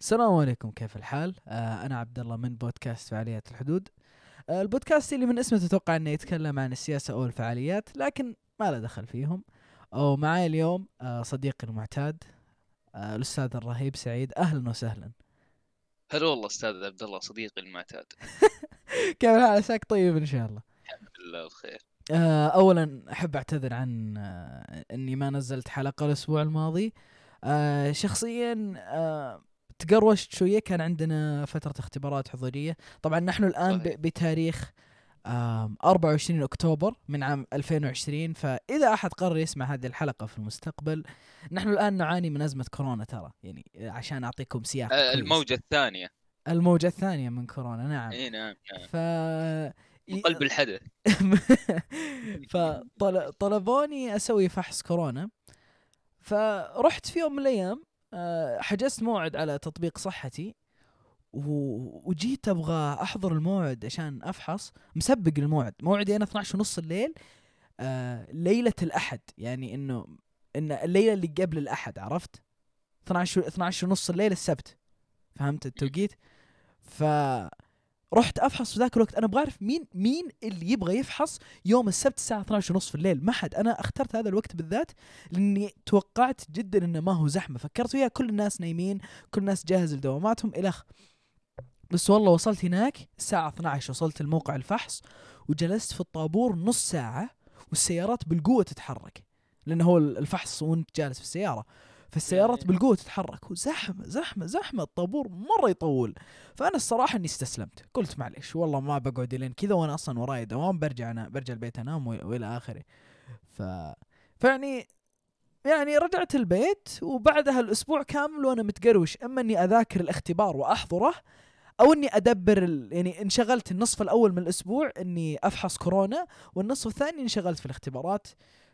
السلام عليكم، كيف الحال؟ أنا عبد الله من بودكاست فعاليات الحدود. البودكاست اللي من اسمه تتوقع أنه يتكلم عن السياسة أو الفعاليات، لكن ما له دخل فيهم. أو معاي اليوم صديقي المعتاد، الأستاذ الرهيب سعيد. أهلا وسهلا. هلا والله استاذ عبد الله صديقي المعتاد. كيف الحال؟ عساك طيب إن شاء الله. الحمد لله بخير. أولا أحب أعتذر عن أني ما نزلت حلقة الأسبوع الماضي. شخصيا تقروشت شوية، كان عندنا فترة اختبارات حضورية. طبعا نحن الآن صحيح. بتاريخ 24 أكتوبر من عام 2020. فإذا أحد قرر يسمع هذه الحلقة في المستقبل، نحن الآن نعاني من أزمة كورونا، ترى يعني عشان أعطيكم سياق كويس. الموجة الثانية. الموجة الثانية من كورونا، نعم. اي نعم نعم. ف من قلب الحدث. فطلبوني أسوي فحص كورونا. فرحت في يوم من الأيام، حجزت موعد على تطبيق صحتي، وجيت أبغى أحضر الموعد عشان أفحص. مسبق الموعد، موعدي أنا 12 ونص الليل، ليلة الأحد، يعني إن الليلة اللي قبل الأحد، عرفت؟ 12 ونص الليل السبت، فهمت التوقيت؟ فرحت أفحص في ذاك الوقت. أنا أبغى أعرف مين اللي يبغى يفحص يوم السبت الساعة 12 ونص في الليل. ما حد. أنا اخترت هذا الوقت بالذات لأني توقعت جدا إنه ما هو زحمة. فكرت وياه كل الناس نايمين، كل الناس جاهز لدواماتهم إلخ. بس والله وصلت هناك الساعة 12، وصلت الموقع الفحص وجلست في الطابور نص ساعة، والسيارات بالقوة تتحرك، لأنه هو الفحص وانت جالس في السيارة. فالسيارات بالقوة تتحرك، وزحمة زحمة زحمة، الطابور مرة يطول. فأنا الصراحة إني استسلمت، قلت معليش والله ما بقعد لين كذا، وأنا أصلا وراي دوام، برجع البيت أنام وإلى آخره. ف فيعني يعني رجعت البيت، وبعدها الأسبوع كامل وأنا متقروش، إما إني أذاكر الاختبار وأحضره، او اني ادبر يعني انشغلت النصف الاول من الاسبوع اني افحص كورونا، والنصف الثاني انشغلت في الاختبارات.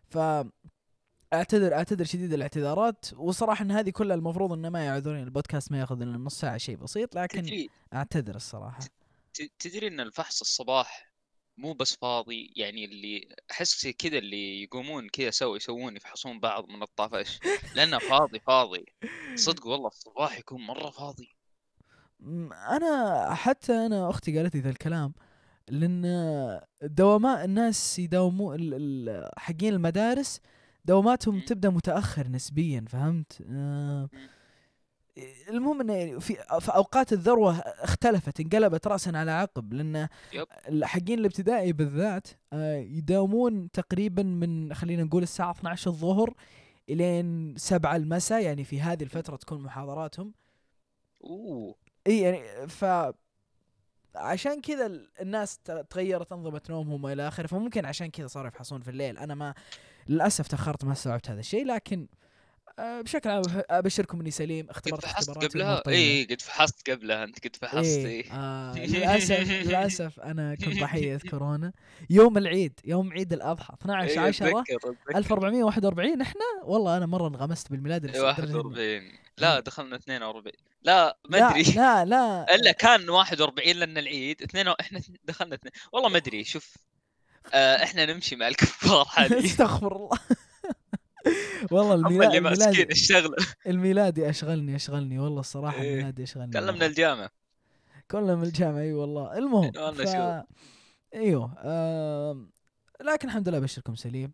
اعتذر شديد الاعتذارات. وصراحه ان هذه كلها المفروض انه ما يعذرين، البودكاست ما ياخذ الا نص ساعه، شيء بسيط، لكن تدري اعتذر الصراحه. تدري ان الفحص الصباح مو بس فاضي، يعني اللي احس كذا اللي يقومون كذا يسوون يفحصون بعض من الطافش، لانه فاضي فاضي. صدق والله الصباح يكون مرة فاضي. انا حتى انا اختي قالت لي ذا الكلام، لان دوامات الناس يداومون حقين المدارس دواماتهم م- تبدا متاخر نسبيا، فهمت؟ م. المهم انه في اوقات الذروه اختلفت، انقلبت راسا على عقب، لان يب. الحقين الابتدائي بالذات يداومون تقريبا من، خلينا نقول، الساعه 12 الظهر الين 7 المساء، يعني في هذه الفتره تكون محاضراتهم. اوه. اي يعني عشان كذا الناس تغيرت انظمه نومهم والى اخره، فممكن عشان كذا صاروا يفحصون في الليل. انا ما للاسف تاخرت، ما استوعبت هذا الشيء، لكن بشكل عام ابشركم اني سليم، قد اختبرت فحصت اختباراتي امور قبلها؟ طيبه. اي قد فحصت قبلها، انت قد فحصت ايه ايه؟ للاسف انا كنت ضحيه كورونا. يوم العيد، يوم عيد الاضحى 12 اي 10 اتذكر. 1441، احنا والله انا مره انغمست بالميلاد لدرجه اني 41. لا إيه. دخلنا 42. لا ما لا ادري. لا لا الا كان 41 لان العيد اثنين احنا دخلنا اثنين، والله ما ادري. شوف، احنا نمشي مع الكفار حاليا. استغفر الله. والله هم اللي ماسكين الشغله. الميلادي اشغلني والله الصراحه، ايه. الميلادي اشغلني كلمنا مره. الجامع. كلنا من الجامعه، اي والله. المهم والله شوف. ايوه لكن الحمد لله بشركم سليم.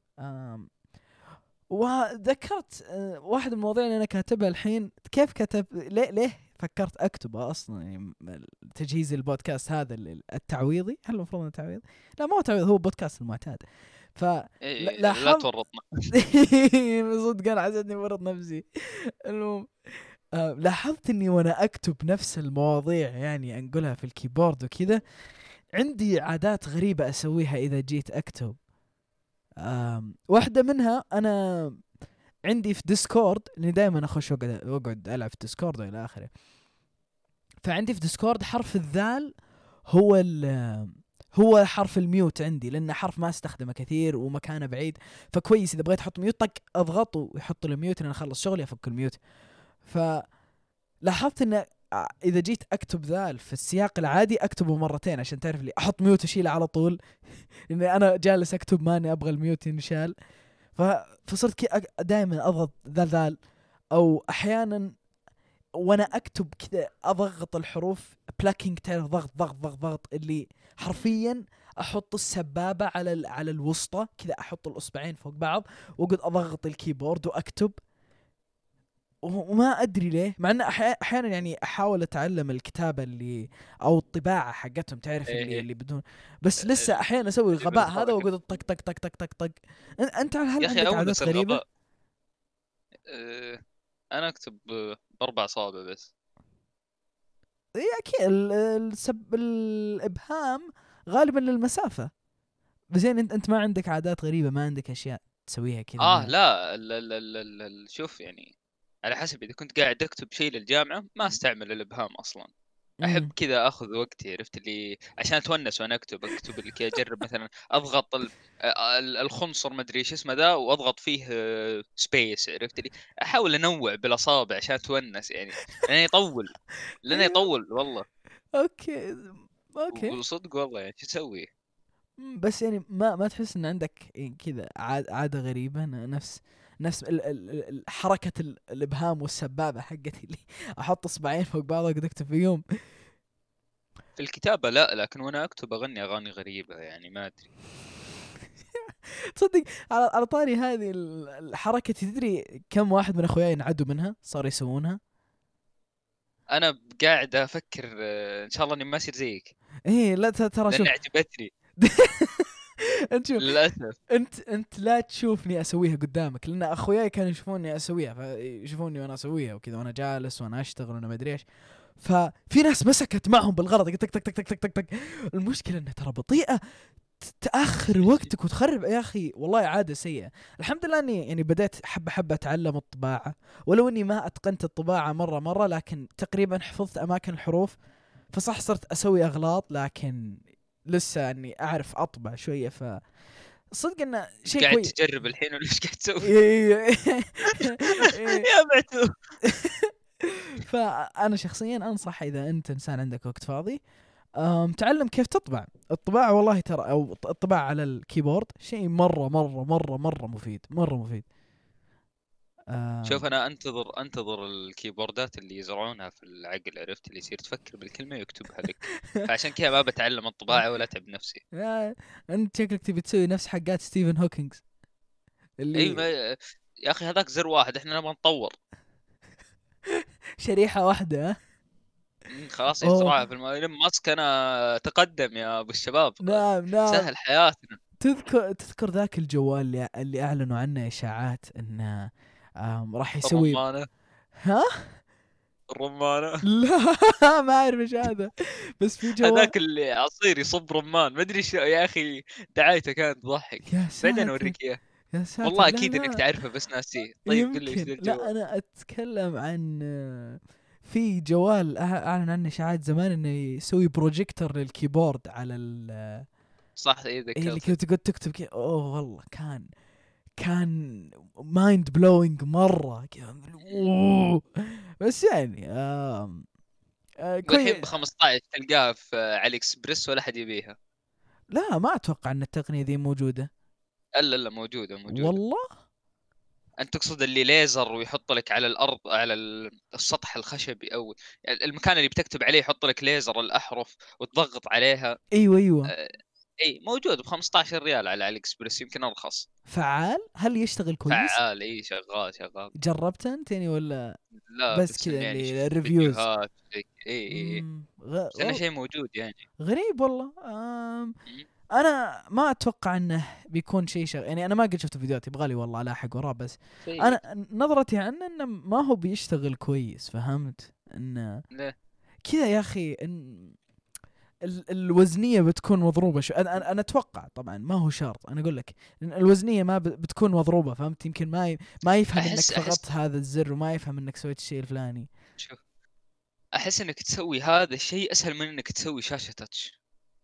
وذكرت واحد من المواضيع اللي انا كاتبها الحين. كيف كتب ليه فكرت اكتبها اصلا؟ يعني تجهيز البودكاست هذا التعويضي، هل المفروض انه تعويض؟ لا، ما هو تعويض، هو بودكاست المعتاد. ايه لا فلاحظت تورطنا. صدق انا حسيت اني فرض نفسي. المهم لاحظت اني وانا اكتب نفس المواضيع، يعني انقلها في الكيبورد وكذا، عندي عادات غريبة اسويها اذا جيت اكتب. واحدة منها، انا عندي في ديسكورد، لاني دائما اخش واقعد العب في ديسكورد والى اخره. فعندي في ديسكورد حرف الذال هو هو حرف الميوت عندي، لانه حرف ما استخدمه كثير ومكانه بعيد. فكويس اذا بغيت احط ميوت، طق اضغط ويحط لي ميوت، لان اخلص شغلي افك الميوت. فلاحظت ان اذا جيت اكتب ذال في السياق العادي اكتبه مرتين عشان تعرف لي احط ميوت واشيله على طول. لاني انا جالس اكتب ماني ابغى الميوت ينشال. فصرت دائما اضغط ذال، او احيانا وانا اكتب كذا اضغط الحروف بلاكينج، تعرف ضغط ضغط ضغط ضغط، اللي حرفيا احط السبابه على الوسطى كذا، احط الاصبعين فوق بعض واقعد اضغط الكيبورد واكتب. وما ادري ليه، مع ان احيانا يعني احاول اتعلم الكتابه اللي او الطباعه حقتهم، تعرف ايه اللي ايه اللي بدون، بس لسه احيانا اسوي اللي الغباء هذا بالاصابع. واقعد طق طق طق طق طق طق. انت هل يا اخي عندك اونس عادات غريبه؟ الغباء. انا اكتب باربع اصابع بس. اي اكيد الابهام غالبا للمسافه. بس يعني انت ما عندك عادات غريبه، ما عندك اشياء تسويها كذا ما. لا شوف يعني، على حسب، اذا كنت قاعد اكتب شيء للجامعه ما استعمل الابهام اصلا. احب امم كذا اخذ وقتي، عرفت اللي عشان اتونس وانا اكتب اللي كذا، اجرب مثلا اضغط الخنصر ما ادري ايش اسمه ذا واضغط فيه سبيس، عرفت اللي احاول انوع بالاصابع عشان اتونس يعني، لانه يطول، ايوه والله. اوكي اوكي. وصدق والله يعني شو تسوي. بس يعني ما تحس ان عندك كذا عاده غريبه، نفس حركه الابهام والسبابه حقتي اللي احط اصبعين فوق بعض واقعد اكتب فيهم. في الكتابه لا، لكن وانا اكتب اغني اغاني غريبه يعني ما ادري. تصدق على طاري هذه الحركه، تدري كم واحد من اخوياي انعدوا منها صاروا يسوونها؟ انا قاعد افكر ان شاء الله اني ما اصير زيك، ايه لا ترى لان شوف. عجبتني. انت شوف، للاسف. انت لا تشوفني اسويها قدامك، لان اخوياي كانوا يشوفوني اسويها، فيشوفوني وانا اسويها وكذا وانا جالس وانا اشتغل وانا ما ادري ايش. ففي ناس مسكت معهم بالغلط تك تك تك تك تك تك تك. المشكله انها ترى بطيئه، تاخر وقتك وتخرب يا اخي، والله عاده سيئه. الحمد لله اني يعني بدأت حبه حبه اتعلم الطباعه، ولو اني ما اتقنت الطباعه مره لكن تقريبا حفظت اماكن الحروف. فصح صرت اسوي اغلاط، لكن لسه اني اعرف اطبع شويه. صدق انه انت شيء قاعد كويس. تجرب الحين ولا ايش قاعد تسوي؟ إيه. إيه. يا معتوه. فانا شخصيا انصح اذا انت انسان عندك وقت فاضي، تعلم كيف تطبع. الطباعة والله ترى، او الطباعة على الكيبورد شيء مرة مفيد، مرة مفيد. شوف أم، انا انتظر الكيبوردات اللي يزرعونها في العقل، عرفت اللي يصير تفكر بالكلمه يكتبها لك، فعشان كذا ما بتعلم الطباعه ولا اتعب نفسي. انت شكلك تبي تسوي نفس حقات ستيفن هوكينغز اي اللي ما... يا اخي هذاك زر واحد، احنا نبغى نطور. شريحة واحدة ها؟ خلاص اوه يزرعها في ايلون ماسك، انا تقدم يا ابو الشباب. نعم نعم. سهل حياتنا. تذكر ذاك الجوال اللي اعلنوا عنه اشاعات انه راح يسوي. الرمانه. ها؟ الرمانه. لا ما اعرف ايش هذا، بس في جوال. هذاك اللي عصير يصب رمان، ما ادري شو يا اخي، دعايته كانت تضحك. يا بعدين ساتر اوريك اياه. يا ساتر، والله لا اكيد انك لا. تعرفه بس ناسيه. طيب قل لي ايش ذا يمكن لا، الجوال. انا اتكلم عن في جوال اعلن عنه اشاعات زمان انه يسوي بروجيكتور للكيبورد على ال صح ايه إيه اللي ذكرت. كنت تقعد تكتب كذا. اوه والله كان مايند بلوينج مره كذا. أوه. بس يعني والحين كويس. ب 15 تلقاها في علي اكسبريس ولا حد يبيها. لا ما اتوقع ان التقنيه ذي موجوده. الا موجوده. والله انت تقصد اللي ليزر ويحط لك على الارض، على السطح الخشبي، او يعني المكان اللي بتكتب عليه يحط لك ليزر الاحرف وتضغط عليها. ايوه. آه، اي موجود ب 15 ريال على علي اكسبريس، يمكن ارخص. فعال؟ هل يشتغل كويس؟ فعال، اي شغال. جربته انت يعني ولا لا بس بس كذا انه يعني اللي شفت الريفيوز؟ فيديوهات اي بس انه شيء موجود يعني. غريب والله. مم. انا ما اتوقع انه بيكون شيء يعني انا ما قد شفت فيديوهات، يبغالي والله الاحق وراه. بس شيء. انا نظرتي عنه انه ما هو بيشتغل كويس، فهمت انه ليه؟ كذا يا اخي ان الوزنيه بتكون مضروبه شو. انا اتوقع طبعا، ما هو شرط، انا اقول لك إن الوزنيه ما بتكون مضروبه، فهمت؟ يمكن ما يفهم انك احس ضغطت هذا الزر وما يفهم انك سويت الشيء الفلاني. شوف، احس انك تسوي هذا الشيء اسهل من انك تسوي شاشة تاتش.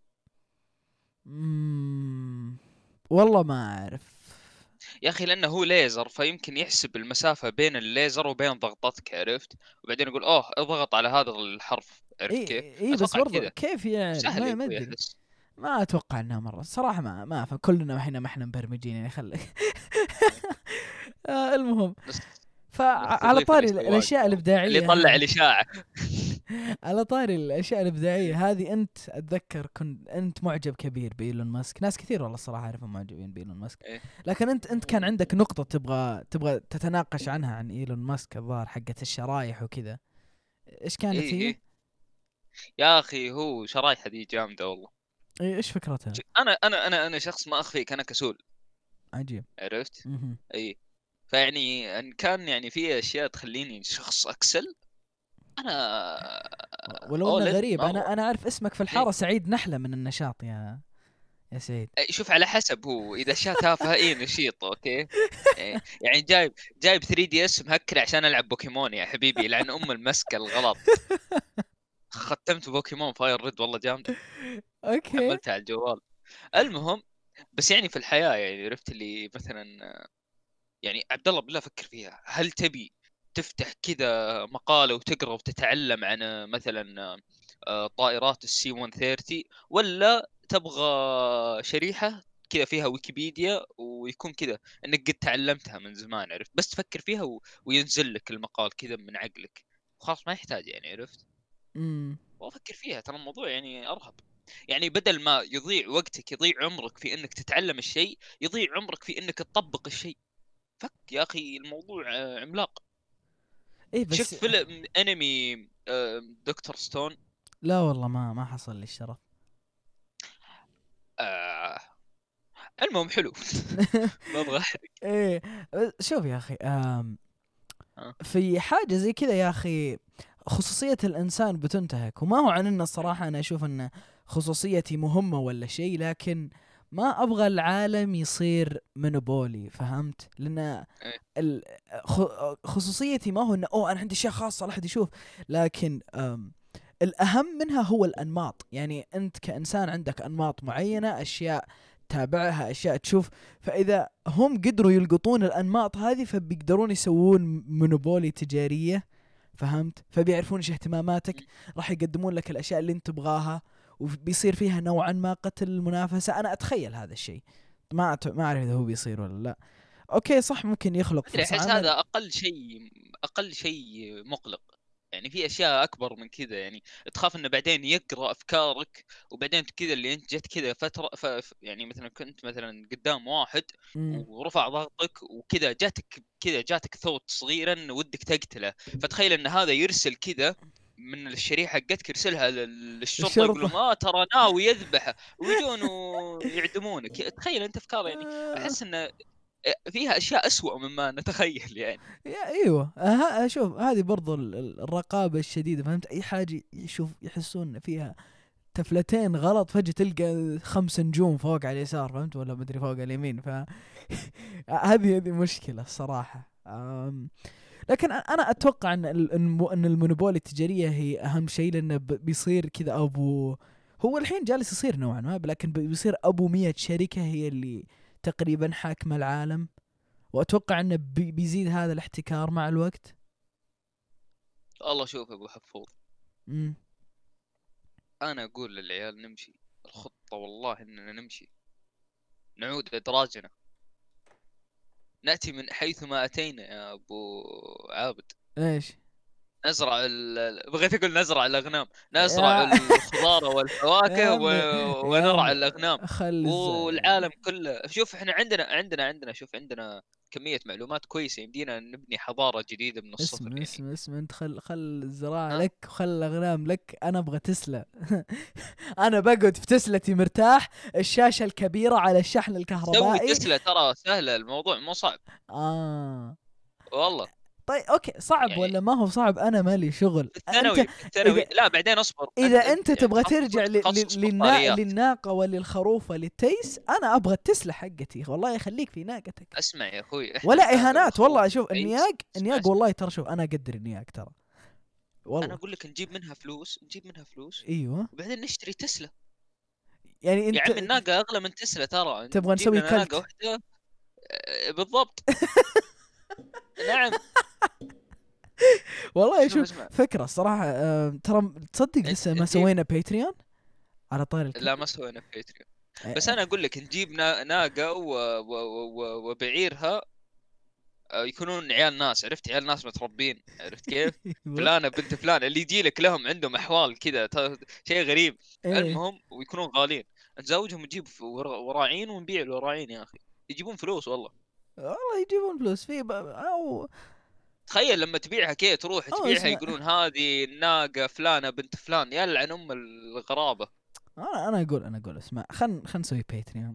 مم... والله ما اعرف. يا اخي لانه هو ليزر، فيمكن يحسب المسافة بين الليزر وبين ضغطتك، عرفت؟ وبعدين يقول اوه اضغط على هذا الحرف، عرفت كيف؟ اي بس اتوقع برضو كذا. كيف يعرف؟ سهل يا ما اخوي ادري. احس. ما اتوقع انها مره صراحه، ما افهم. كلنا احنا ما احنا مبرمجين يعني، خليك. المهم، بس مخفي فعلى ضيف طاري الاشتواق الاشياء اللي الابداعيه يطلع هذه، الاشاعه. على طاري الاشياء الابداعيه هذه، انت اتذكر كنت انت معجب كبير بايلون ماسك، ناس كثير والله الصراحه اعرفهم معجبين بايلون ماسك. إيه. لكن انت كان عندك نقطه تبغى تتناقش عنها عن ايلون ماسك، الظاهر حقه الشرايح وكذا، ايش كانت ايه هي؟ ايه يا اخي، هو شرايحه دي جامده والله. ايش فكرتها؟ انا شخص ما اخفيك، انا كسول. عجيب. عرفت؟ مهم. اي. فيعني ان كان يعني في اشياء تخليني شخص اكسل، انا ولو انه اول ان غريب، ما ابغى. انا اعرف اسمك في إيه. الحاره سعيد نحله من النشاط يا سعيد. شوف على حسب، هو اذا اشياء تافهه ايه نشيط اوكي. يعني جايب 3 دي اس مهكر عشان العب بوكيمون يا حبيبي، لعن ام المسكه الغلط. ختمت بوكيمون فاير ريد والله جامده، اوكي. حملتها على الجوال. المهم، بس يعني في الحياه يعني عرفت اللي مثلا، يعني عبد الله بالله فكر فيها، هل تبي تفتح كذا مقاله وتقرا وتتعلم عن مثلا طائرات السي 130، ولا تبغى شريحه كذا فيها ويكيبيديا ويكون كذا انك قد تعلمتها من زمان، عرفت؟ بس تفكر فيها وينزل لك المقال كذا من عقلك وخلاص، ما يحتاج يعني، عرفت؟ امم وافكر فيها ترى الموضوع يعني ارهب. يعني بدل ما يضيع وقتك، يضيع عمرك في انك تتعلم الشيء، يضيع عمرك في انك تطبق الشيء. فك يا اخي الموضوع عملاق. ايه شفت بس. فيلم انمي دكتور ستون؟ لا والله ما حصل لي الشرف. آه المهم حلو. ما ابغى احرق. ايه شوف يا اخي، آه. في حاجة زي كذا يا أخي، خصوصية الإنسان بتنتهك، وما هو عن إن الصراحة أنا أشوف أن خصوصيتي مهمة ولا شيء، لكن ما أبغى العالم يصير منوبولي، فهمت؟ لأن إيه. ال- خصوصيتي ما هو إنه أنا عندي أشياء خاصة لا أحد يشوف، لكن الأهم منها هو الأنماط. يعني أنت كإنسان عندك أنماط معينة، أشياء تابعها، أشياء تشوف، فإذا هم قدروا يلقطون الأنماط هذه فبيقدرون يسوون مونوبولي تجارية، فهمت؟ فبيعرفون ايش اهتماماتك، راح يقدمون لك الأشياء اللي انت تبغاها، وبيصير فيها نوعا ما قتل المنافسة. أنا أتخيل هذا الشيء، ما أعرف إذا هو بيصير ولا لا. أوكي صح، ممكن يخلق ادري، فرص احس عمل. هذا اقل شيء مقلق. يعني في اشياء اكبر من كذا، يعني تخاف انه بعدين يقرا افكارك، وبعدين كذا اللي انت جت كذا فتره يعني مثلا كنت مثلا قدام واحد مم. ورفع ضغطك وكذا، جاتك ثوت صغيرا ودك تقتله، فتخيل ان هذا يرسل كذا من الشريحه حقتك، يرسلها للشرطه يقول الشرطة. لهم ترى ناوي يذبحه، ويجون ويعدمونك. تخيل انت افكار يعني. احس انه فيها اشياء اسوأ مما نتخيل يعني. ايوه، شوف هذه برضو الرقابة الشديدة، فهمت؟ اي حاجة يحسون فيها تفلتين غلط، فجأة تلقى 5 نجوم فوق على اليسار، فهمت؟ ولا مدري فوق على اليمين. هذه مشكلة الصراحة. لكن انا اتوقع ان ان المونوبولي التجارية هي اهم شيء، لانه بيصير كذا ابو، هو الحين جالس يصير نوعا ما، لكن بيصير ابو 100 شركة هي اللي تقريبا حاكمة العالم، واتوقع انه بيزيد هذا الاحتكار مع الوقت. والله شوف يا ابو حفوظ، امم انا اقول للعيال نمشي الخطه، والله اننا نمشي، نعود ادراجنا، ناتي من حيث ما اتينا يا ابو عابد. ايش نزرع بغيت اقول نزرع الاغنام، نزرع يا الخضار يا والفواكه عمي، يا ونرعى عمي الاغنام. خل والعالم كله، شوف احنا عندنا شوف عندنا كمية معلومات كويسة، يمدينا نبني حضارة جديدة من الصفر يعني. اسمع انت، خل الزراعة ها. لك وخل الاغنام لك، انا ابغى تسلا. انا بقعد في تسلتي مرتاح، الشاشة الكبيرة على الشحن سوي الكهربائي. تسلا ترى سهلة، الموضوع مو صعب اه والله. طيب اوكي، صعب يعني ولا ما هو صعب؟ انا مالي شغل. في انت الثانوي في اذا الثانوي لا بعدين اصبر، اذا انت انت يعني تبغى ترجع تخصص بطاريات. للناقة وللخروف وللتيس، انا ابغى التسلا حقتي، والله يخليك في ناقتك. اسمع يا اخوي، احنا ولا الناقة اهانات والخروف والله، شوف والعيس. النياق، اسمع اسمع، والله ترى، شوف انا اقدر النياق ترى انا والله. اقول لك نجيب منها فلوس ايوه وبعدين نشتري تسلا. يعني يا انت عمي الناقة اغلى من تسلا ترى، تبغى نجيب نسوي لنا ناقة كلت. واحدة. بالضبط. نعم. والله شوف شوف، اسمع. فكرة الصراحة، ترى تصدق لسه ما نجيب. سوينا باتريون على طاري لا الكلت. ما سوينا باتريون. بس آه، انا اقول لك نجيب ناقة وبعيرها يكونون عيال ناس، عرفت، عيال ناس متربين، عرفت كيف؟ فلانة بنت فلان اللي يجي لك لهم عندهم احوال كذا شيء غريب. ايه المهم ويكونون غالين، نزوجهم ونجيب وراعين ونبيع الوراعين يا اخي، يجيبون فلوس والله. والله يجيبون فلوس في او تخيل لما تبيعها كي تروح او تبيعها اسمع، يقولون هذه الناقة فلانة بنت فلان، يلعن ام الغرابة. انا اقول اسمع، خل نسوي باتريون.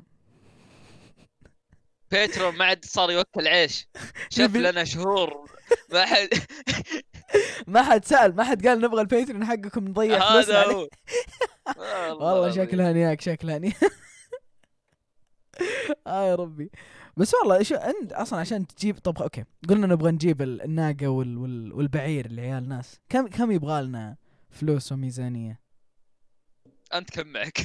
بيترو ما عاد صار يوكل عيش، شاف شوفي، لنا شهور ما حد. ما حد سأل، ما حد قال نبغى الباتريون حقكم نضيع فلوسنا هذا عليه. هو. والله والله العظيم. شكلها نياك، شكلها نياك. يا ربي. بس والله شو انت اصلا عشان تجيب، طب اوكي قلنا نبغى نجيب الناقة والبعير العيال ناس، كم يبغى لنا فلوس وميزانية؟ انت كم معك؟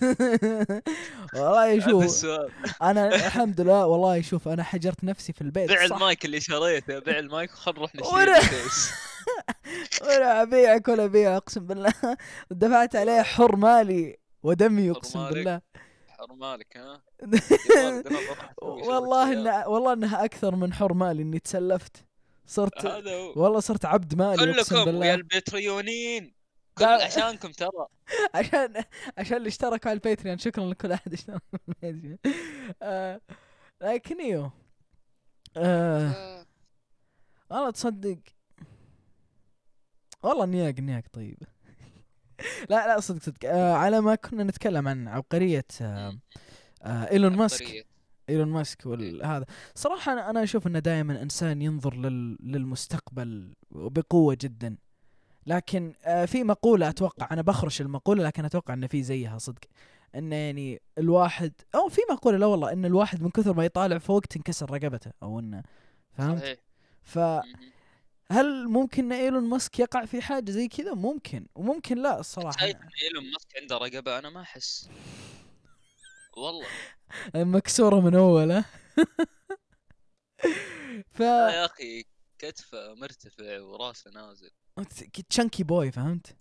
والله هذا شوف، السؤال. انا الحمد لله والله شوف، انا حجرت نفسي في البيت بيع صح. المايك اللي شريته، بيع المايك وخل نروح نشتري ولا الكيس. ولا ابيعك ولا ابيع، اقسم بالله. دفعت عليه حر مالي ودمي، اقسم حرمالك، بالله. حرمالك ها. يبغالي انا بروح اسوي شغل والله الشياب. إن والله انها اكثر من حر مالي اني تسلفت. صرت هذا هو. والله صرت عبد مالي، اقسم كلكم ويا بالله. البتريونين، كل دا عشانكم ترى. عشان اللي اشتركوا على الباتريون، شكرا لكل احد اشترك على الباتريون. آه، لكن ايوه، ف آه، والله تصدق، والله نياق طيب. لا صدق، على ما كنا نتكلم عن عبقرية ايلون ماسك. عبقرية. ايلون ماسك إيه. هذا صراحة، أنا اشوف انه دائما انسان ينظر للمستقبل بقوة جدا. لكن في مقولة، اتوقع انا بخرش المقولة، لكن اتوقع ان في زيها صدق، انه يعني الواحد، او في مقولة لا والله، ان الواحد من كثر ما يطالع فوق تنكسر رقبته، او انه فهمت. صحيح. مهم. فهل ممكن ان ايلون ماسك يقع في حاجة زي كذا؟ ممكن وممكن لا الصراحة شايف أنا. ان ايلون ماسك عنده رقبة؟ انا ما احس والله. مكسورة من اول. ف لا يا اخي، كتفه مرتفع وراسه نازل. تشانكي بوي، فهمت.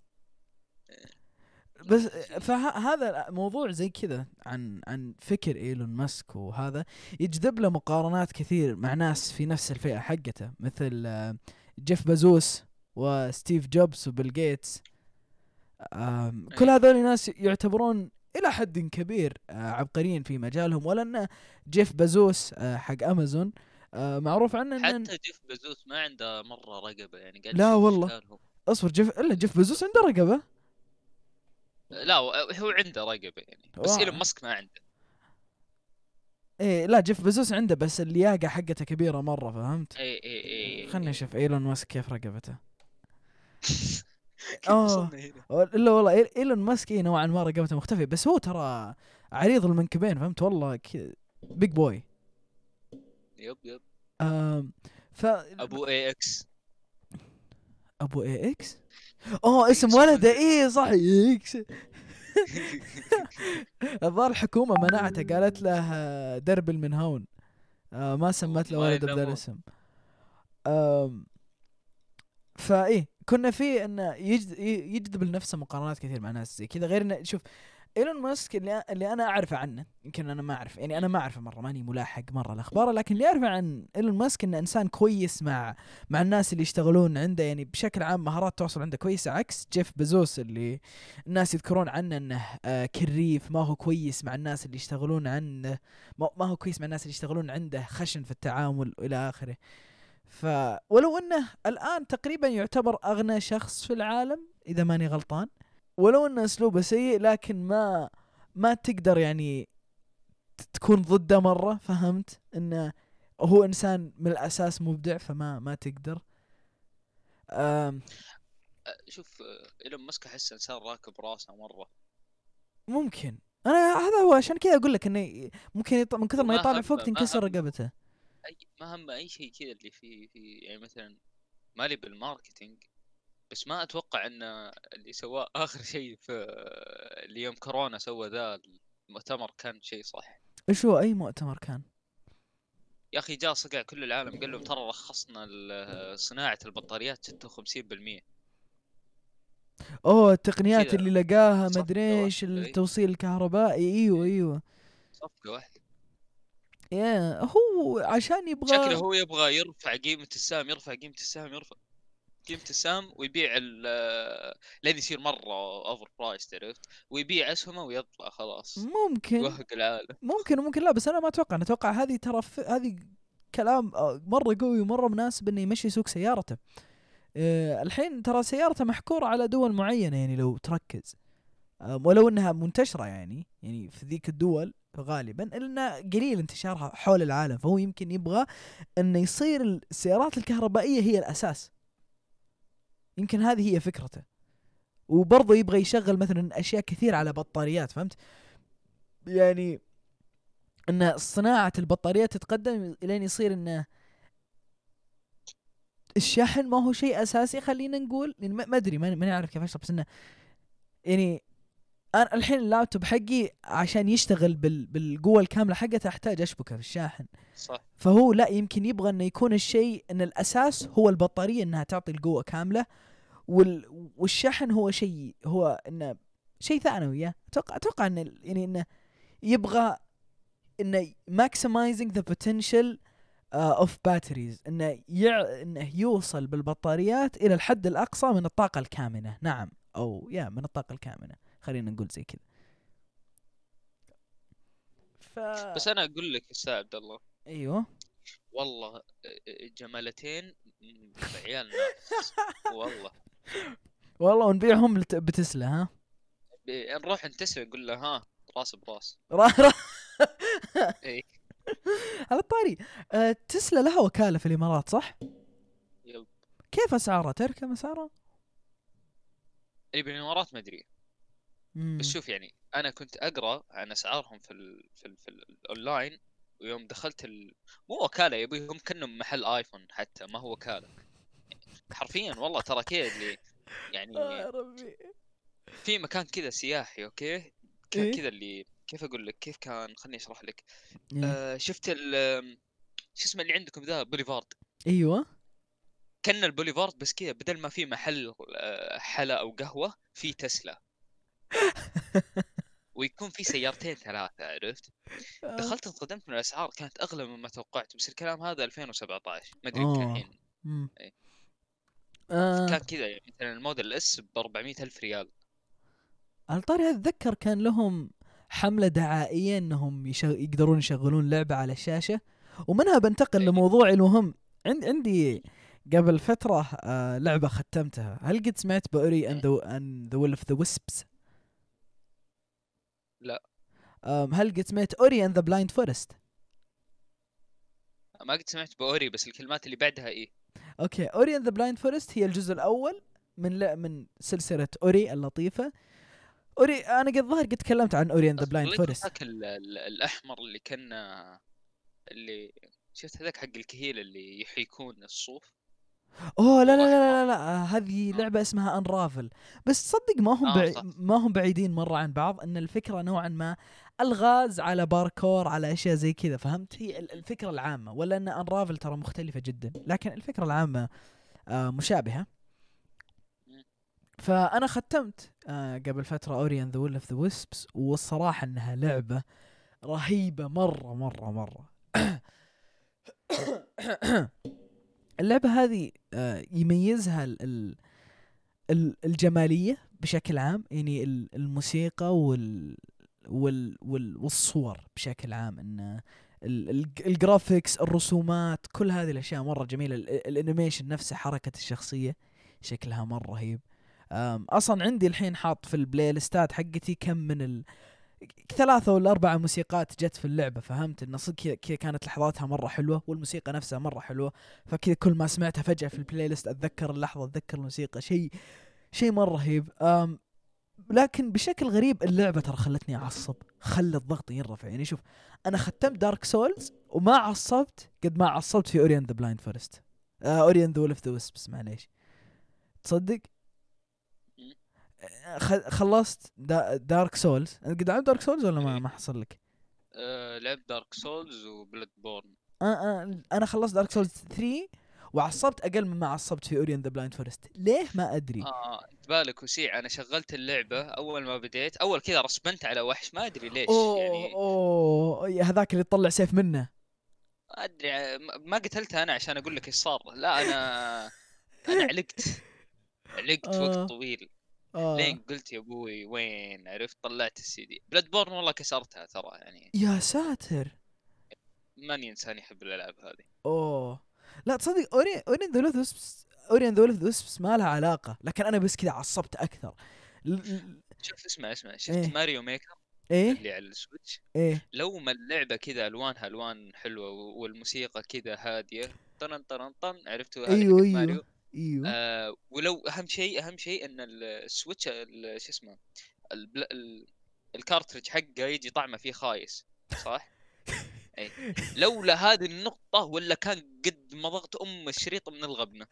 بس فهذا موضوع زي كذا عن فكر ايلون ماسك، وهذا يجذب له مقارنات كثير مع ناس في نفس الفئة حقته، مثل جيف بازوس وستيف جوبز وبيل جيتس. كل ايه. هذول ناس يعتبرون إلى حد كبير عبقريين في مجالهم، ولأن جيف بازوس حق أمازون معروف عنه أن، حتى جيف بزوس ما عنده مرة رقبة، يعني قاعد لا اشوف والله اشكالهم. اصبر، جيف بازوس عنده رقبة. لا هو عنده رقبة يعني، بس ايلون ماسك ما عنده. ايه لا، جيف بازوس عنده، بس اللياقة حقته كبيرة مرة، فهمت. اي اي اي خلنا اي. نشوف ايلون ماسك كيف رقبته. كيف اه وصلنا هنا؟ الا والله ايلون ماسك نوعا ما رقبته مختفية، بس هو ترى عريض المنكبين، فهمت والله بيج بوي. يب يب. آم ف ابو اي اكس. ابو اي اكس، اسم اسمه ولده، ملحد. ايه صح، اي اكس. الظاهر الحكومة منعته، قالت له دربل من هون، ما سمت له ما ولده بذا يلامون. الاسم. آم فايه كنا في انه يجذب لنفسه مقارنات كثير مع ناس زي كذا، غير انه شوف ايلون ماسك، اللي انا اعرفه عنه، يمكن انا ما اعرف، يعني انا ما اعرفه مره، ماني ملاحق مره الاخبار، لكن اللي اعرفه عن ايلون ماسك انه انسان كويس مع الناس اللي يشتغلون عنده، يعني بشكل عام مهارات التواصل عنده كويسه، عكس جيف بيزوس اللي الناس يذكرون عنه انه كريف، ما هو كويس مع الناس اللي يشتغلون عنده، ما هو كويس مع الناس اللي يشتغلون عنده، خشن في التعامل والى اخره. ولو انه الان تقريبا يعتبر اغنى شخص في العالم اذا ماني غلطان، ولو ان اسلوبه سيء، لكن ما تقدر يعني تكون ضده مره، فهمت انه هو انسان من الاساس مبدع، فما تقدر. آم شوف، ايلون ماسك احس انسان راكب راسه مرة. ممكن، انا هذا هو عشان كذا اقول لك انه ممكن من كثر ما وما يطالع هم فوق ما تنكسر هم رقبته. ما هم اي شيء كذا اللي في يعني مثلا مالي بالماركتينج. بس ما اتوقع ان اللي سواه اخر شيء في اللي يوم كورونا سوى ذا المؤتمر كان شيء صح. ايش هو؟ اي مؤتمر كان؟ يا اخي جاء صقع كل العالم قال لهم ترى رخصنا صناعة البطاريات 56%. التقنيات كذا اللي لقاها صفقة مدري ايش، واحدة. التوصيل الكهربائي، ايوه إيه. ايوه. صفقة واحدة. هو عشان شكله يبغى. هو يبغى يرفع قيمة السهم، يرفع قيمة السهم، يرفع قيمة السهم، ويبيع لين يصير مرة اوفر برايس، عرفت؟ ويبيع اسهمه ويطلع خلاص، ممكن يوهق العالم. ممكن لا، بس انا ما اتوقع. انا اتوقع هذه ترى هذه كلام مره قوي ومره مناسب انه يمشي سوق سيارته. الحين ترى سيارته محكورة على دول معينة، يعني لو تركز، ولو انها منتشرة يعني في ذيك الدول غالبا، الا انها قليل انتشارها حول العالم. فهو يمكن يبغى انه يصير السيارات الكهربائية هي الاساس. يمكن هذه هي فكرته. وبرضه يبغى يشغل مثلا اشياء كثير على بطاريات، فهمت؟ يعني ان صناعة البطاريات تتقدم الين يصير انه الشحن ما هو شيء اساسي، خلينا نقول. يعني ما ادري، ماني عارف كيف اشرح، بس انه يعني انا الحين اللابتوب حقي عشان يشتغل بالقوة الكاملة حقته احتاج اشبكه في الشاحن. صح. فهو لا، يمكن يبغى انه يكون الشيء ان الاساس هو البطارية انها تعطي القوة كاملة، والشحن هو شيء، هو انه شيء ثانوي. اتوقع ان يعني انه يبغى انه maximizing the potential of batteries، انه يوصل بالبطاريات الى الحد الاقصى من الطاقة الكامنة. نعم، او من الطاقة الكامنة، خلينا نقول زي كذا. ف بس انا اقول لك استاذ عبد الله، ايوه. والله جمالتين بعيال ناس والله. والله ونبيعهم بتسلا، ها. نروح نتسوي نقول له ها، راس براس. را- اي. على الطاري، تسلا لها وكالة في الامارات، صح؟ يب. كيف اسعارها؟ تركب اسعارها؟ اي بالامارات ما ادري، بس امم شوف يعني انا كنت اقرا عن اسعارهم في الاونلاين، ويوم دخلت مو وكاله يبيهم كانهم محل ايفون، حتى ما هو وكاله حرفيا. والله ترى كذا اللي يعني يا ربي. في مكان كذا سياحي، اوكي، ايه كذا اللي كيف اقول لك كيف كان، خلني اشرح لك. ايه شفت شو اسمه اللي عندكم ذا، بوليفارد. ايوه. كان البوليفارد بس كذا، بدل ما في محل حلا او قهوه، في تسلا، ويكون في سيارتين ثلاثه، عرفت؟ اه دخلت انصدمت من الاسعار، كانت اغلى مما توقعت، بس الكلام هذا 2017، ما ادري يمكن اه الحين. امم إيه. آه. كان كذا يعني مثلا الموديل الاس ب 400 الف ريال. على الطاري، اتذكر كان لهم حملة دعائية انهم يقدرون يشغلون لعبة على الشاشة. ومنها بنتقل إيه. لموضوع المهم. عندي قبل فترة لعبة ختمتها. هل قد سمعت بأوري إيه. and the Will of the Wisps؟ لا هل قد سمعت أوري and the Blind Forest؟ ما قد سمعت باوري، بس الكلمات اللي بعدها ايه. اوكي، أوري and the Blind Forest هي الجزء الأول من سلسلة أوري اللطيفة. أوري، أنا قد ظهر قد تكلمت عن أوري and the Blind اصدق Forest. ذاك الاحمر اللي كان، اللي شفت هذاك حق الكهيل اللي يحيكون الصوف. اوه لا هو لا احمر. لا لا, لا. هذه اه. لعبة اسمها انرافل. بس تصدق صح. ما هم بعيدين مرة عن بعض. ان الفكرة نوعا ما الغاز على باركور على اشياء زي كذا، فهمت؟ هي الفكرة العامة. ولا ان انرافل ترى مختلفة جدا، لكن الفكرة العامة مشابهة. مم. فانا ختمت قبل فترة اوري اند ذا ويل اوف ذا ويسبس، والصراحة انها لعبة رهيبة مرة مرة مرة. اللعبة هذه يميزها الجمالية بشكل عام. يعني الموسيقى والصور بشكل عام. ان الجرافيكس، الرسومات، كل هذه الاشياء مرة جميلة. الانيميشن نفسه، حركة الشخصية شكلها مرة رهيب. اصلا عندي الحين حاط في البلاي ليستات حقتي كم من 3 ولا 4 موسيقات جت في اللعبة. فهمت ان صدق كذا كانت لحظاتها مرة حلوة، والموسيقى نفسها مرة حلوة. فكذا كل ما سمعتها فجأة في البلاي ليست اتذكر اللحظة، اتذكر الموسيقى. شيء مرة رهيب. لكن بشكل غريب اللعبة ترى خلتني اعصب، خلت ضغطي ينرفع. يعني شوف، انا ختمت دارك سولز وما عصبت قد ما عصبت في اوريان ذا بلايند فورست. اوريان ذا ويل اوف ذا ويسبس، معليش. تصدق مم. خلصت دارك سولز. انت قد لعبت دارك سولز ولا ما ايه. ما حصل لك؟ لعب دارك سولز وبلاد بورن. انا خلصت دارك سولز 3 وعصبت اقل مما عصبت في اوريان ذا بلايند فورست. ليه ما ادري. انت بالك وسيع، انا شغلت اللعبة اول ما بديت، اول كذا رسبنت على وحش، ما ادري ليش اوه يعني. اوه هذاك اللي تطلع سيف منه. ادري ما قتلتها انا عشان اقول لك ايش صار، لا انا علقت وقت اه طويل. اه لين قلت يا ابوي وين، عرفت طلعت السي دي. بلاد بورن والله كسرتها ترى يعني. يا ساتر. ماني انسان يحب الالعاب هذه. اوه لا تصدق، اورين ذا ويسبس، اورين ذا ويسبس ما لها علاقة، لكن انا بس كذا عصبت اكثر. ل... ل... شوف اسمع شفت ايه ماريو ميكر ايه اللي على السويتش؟ ايه لو ما اللعبة كذا الوانها الوان حلوة والموسيقى كذا هادية، طن طن طن، عرفتوا هذه ايوه حقت ايوه ماريو. ايوه. ولو اهم شيء ان السويتش شو اسمه، الكارتريج حقه يجي طعمه فيه خايس، صح؟ اي، لولا هذه النقطة ولا كان قد مضغت الشريط من الغبنة.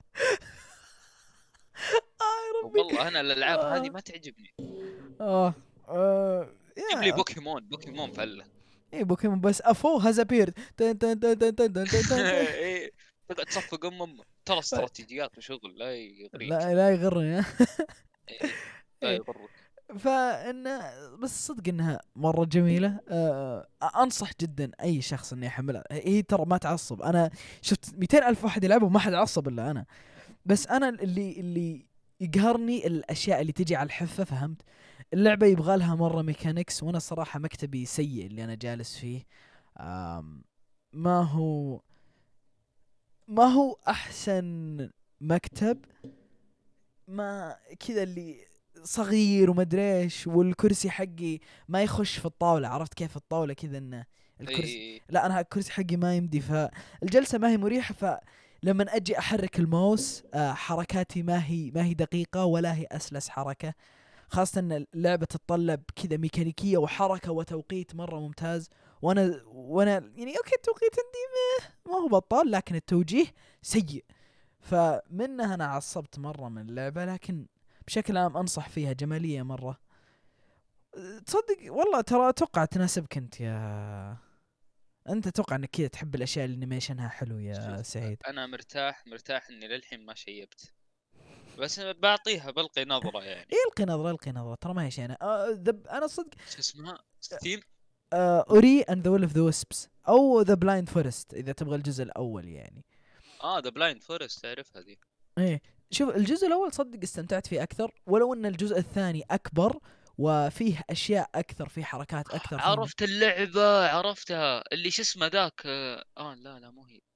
يا ربي. والله انا الالعاب هذه آه. ما تعجبني. آه. آه. جيب لي يا بوكيمون فله. ايه بوكيمون بس افو هاز ابيرد تن تن تن تن تن تن تن تن. ايه، تقعد تصفق امه ترى استراتيجيات وشغل لا يغريك. لا لا يغرني. ايه، لا ايه يغرك. فإن بس صدق انها مرة جميلة. انصح جدا اي شخص انه يحملها، هي ترى ما تعصب. انا شفت 200 الف واحد يلعبوا وما حد عصب الا انا. بس انا اللي يقهرني الاشياء اللي تجي على الحفة، فهمت؟ اللعبة يبغى لها مرة ميكانيكس، وانا صراحة مكتبي سيء اللي انا جالس فيه. آم، ما هو ما هو احسن مكتب، ما كذا اللي صغير ومدري ايش، والكرسي حقي ما يخش في الطاولة. عرفت كيف الطاولة كذا انه الكرسي، اي لا انا الكرسي حقي ما يمدي، فالجلسة ما هي مريحة. فلما اجي احرك الماوس حركاتي ما هي دقيقة ولا هي اسلس حركة، خاصة ان اللعبة تتطلب كذا ميكانيكية وحركة وتوقيت مرة ممتاز. وانا يعني اوكي التوقيت عندي ما هو بطال، لكن التوجيه سيء. فمنها انا عصبت مرة من اللعبة، لكن بشكل عام انصح فيها، جمالية مرة. تصدق والله ترى اتوقع تناسبك انت، انت اتوقع انك كذا تحب الاشياء اللي انيميشنها حلو يا شوف، سعيد. انا مرتاح اني للحين ما شيبت، بس بعطيها بلقي نظرة ايه يعني. القي نظرة، القي نظرة، ترى ما هي شيء. انا صدق شو اسمها ستيم؟ اوري اند ذا ويل اوف ذا ويسبس، او ذا بلايند فورست اذا تبغى الجزء الاول يعني. اه ذا بلايند فورست، تعرفها دي؟ ايه شوف الجزء الاول صدق استمتعت فيه اكثر، ولو ان الجزء الثاني اكبر وفيه اشياء اكثر، فيه حركات اكثر، فيه. عرفت اللعبة، عرفتها اللي شو اسمه ذاك. لا مو هي.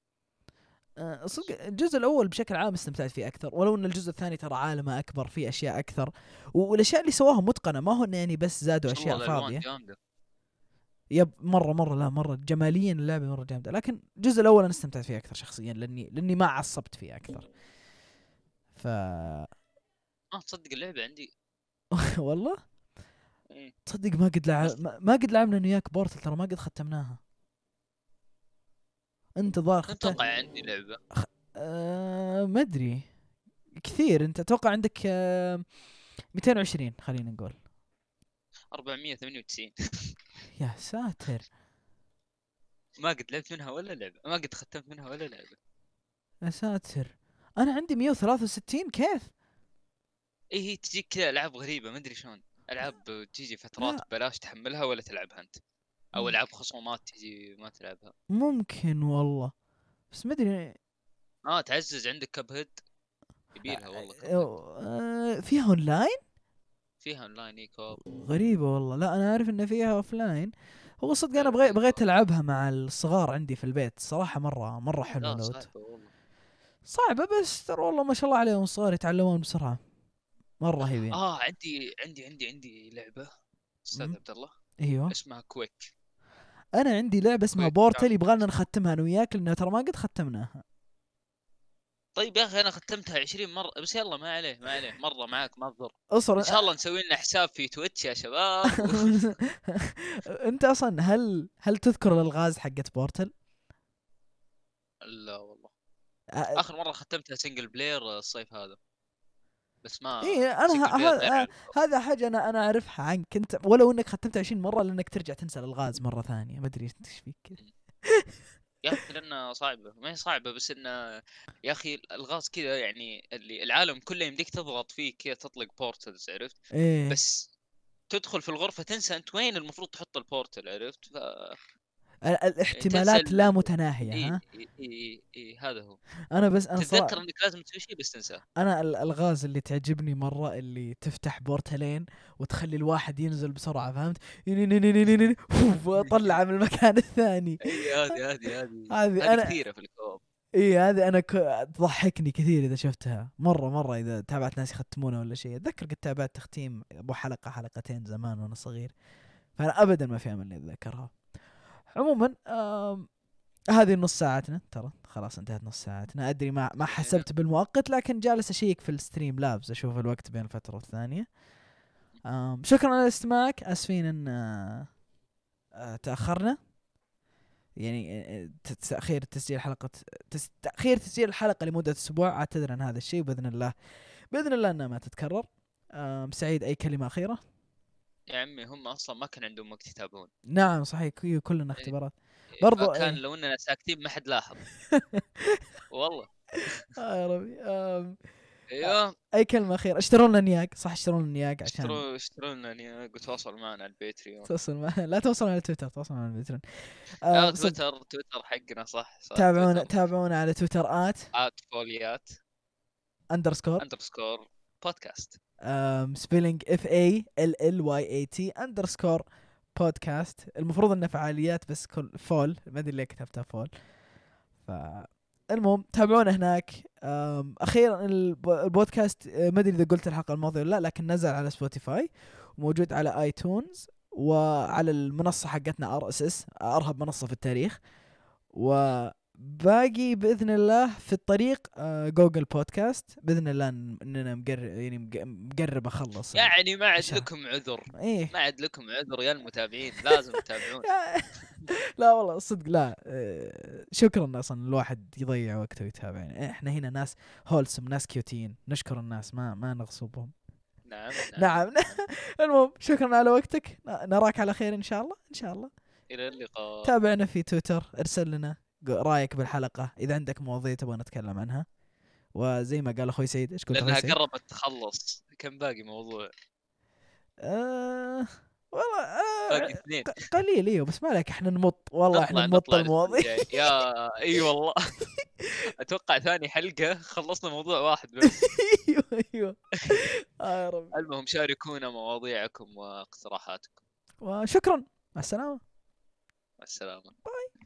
صدق الجزء الاول بشكل عام استمتعت فيه اكثر، ولو ان الجزء الثاني ترى عالمه اكبر، فيه اشياء اكثر، والاشياء اللي سواها متقنه، ما هو انه يعني بس ما زادوا شاء الله اشياء الالوان فاضيه. جامدة. يب مره لا مره جماليا اللعبه مره جامده، لكن الجزء الاول انا استمتعت فيه اكثر شخصيا، لاني ما عصبت فيه اكثر. ف تصدق اللعبة عندي. والله ايه. تصدق بس ما قد لعبنا انا وياك بورتل، ترى ما قد ختمناها. انت ظاهر اتوقع عندي لعبة ما ادري كثير. انت اتوقع عندك 220 خلينا نقول. 498. يا ساتر. ما قد لعبت منها ولا لعبة، ما قد ختمت منها ولا لعبة. يا ساتر. انا عندي 163 كيف؟ ايه، هي تجيك كذا العاب غريبة ما ادري شلون. العاب تيجي فترات لا ببلاش تحملها ولا تلعبها انت، او م- العاب خصومات تجي ما تلعبها. ممكن والله، بس ما ادري. تعزز عندك كب هيد، يبيلها والله كب هيد. فيها اونلاين؟ فيها اونلاين اي كوب. غريبة والله، لا انا اعرف ان فيها اوفلاين. هو صدق لا انا لا فيها بغيت كوب. العبها مع الصغار عندي في البيت، صراحة مرة حلوة لا لوت. صعبة والله. صعبة بس ترى والله ما شاء الله عليهم الصغار يتعلمون بسرعة، مرة رهيبين. عندي لعبة استاذ م? عبد الله، ايوه. اسمها كويك. انا عندي لعبة اسمها كويك بورتل، تعرف. يبغالنا نختمها انا وياك لانه ترى ما قد ختمناها. طيب يا اخي انا ختمتها 20 مرة، بس يلا ما عليه مرة معاك ما تضر. اصلا ان شاء الله نسوي لنا حساب في تويتش يا شباب. انت اصلا هل تذكر الالغاز حقت بورتل؟ لا والله. آه، اخر مرة ختمتها سنجل بلاير الصيف هذا، بس ما ايه انا سنجل بلاير غير على الخاص. هذا حاجه انا اعرفها عنك انت، ولو انك ختمت 20 مره لانك ترجع تنسى الالغاز مره ثانيه، ما ادري ايش فيك كذا. يا اخي لانها صعبة، ما هي صعبة بس انه، يا اخي الغاز كذا يعني اللي العالم كله يمديك تضغط فيه كذا تطلق بورتلز، عرفت؟ ايه بس تدخل في الغرفة تنسى انت وين المفروض تحط البورتل، عرفت؟ الاحتمالات لا متناهية. ها هذا هو. انا تتذكر صراحة انك لازم تسوي شيء بس تنساه. انا الالغاز اللي تعجبني مرة اللي تفتح بورتالين وتخلي الواحد ينزل بسرعة، فهمت؟ واطلع من المكان الثاني. اي هذه هذه انا كثيره في الكواب. هذه انا تضحكني كثير اذا شفتها مرة اذا تابعت ناس يختمونها ولا شيء. اتذكر قد تابعت تختيم ابو حلقة حلقتين زمان وانا صغير، فانا ابدا ما في امل اني اتذكرها. عموما هذه نص ساعتنا، ترى خلاص انتهت نص ساعتنا. ادري ما حسبت بالمؤقت، لكن جالس اشيك في الستريم لابز اشوف الوقت بين فترة والثانية. شكرا على استماعك. اسفين ان تاخرنا، يعني تاخير تسجيل حلقة تاخير تسجيل الحلقة لمدة اسبوع. اعتذر عن هذا الشيء، باذن الله انها ما تتكرر. سعيد، اي كلمة اخيرة؟ يا عمي هم اصلا ما كان عندهم وقت يتابعون. نعم صحيح، كلنا اختبارات برضو. كان لو اننا ساكتين ما حد لاحظ. والله. يا ربي. ايوه اي كلمة اخيرة؟ اشتروا لنا نياق، صح؟ اشتروا لنا نياق عشان اشتروا لنا يعني تواصل معنا على الباتريون. توصل لا توصل على تويتر، توصل على الباتريون. تويتر حقنا صح تابعونا على تويتر @فوليات _ بودكاست. سبيلينج FALLYAT _ بودكاست. المفروض انه فعاليات بس كل فول، ما ادري ليه كتبتها فول. المهم تابعونا هناك. اخيرا البودكاست ما ادري اذا قلت الحلقه الماضيه ولا لا، لكن نزل على سبوتيفاي وموجود على ايتونز وعلى المنصه حقتنا RSS، ارهب منصه في التاريخ. وباقي باذن الله في الطريق جوجل بودكاست باذن الله اننا مقرب اخلص يعني ما عاد لكم عذر. إيه؟ ما عاد لكم عذر يا المتابعين، لازم تتابعون. لا والله صدق لا. شكرا اصلا الواحد يضيع وقته ويتابع، يعني احنا هنا ناس هولسم، ناس كيوتين، نشكر الناس ما نغصبهم. نعم. المهم شكرا على وقتك، نراك على خير ان شاء الله. الى اللقاء. تابعنا في تويتر، ارسل لنا رايك بالحلقة اذا عندك مواضيع تبغى نتكلم عنها. وزي ما قال اخوي سعيد، ايش قلت اخوي لانها سعيد؟ قربت تخلص، كم باقي موضوع؟ والله باقي 2 قليل. ايوه بس ما عليك، احنا نمط والله، احنا نمط المواضيع. يا اي والله. اتوقع ثاني حلقة خلصنا موضوع واحد بس. ايوه يا رب. المهم شاركونا مواضيعكم واقتراحاتكم. وشكرا، مع السلامة. مع السلامة. باي.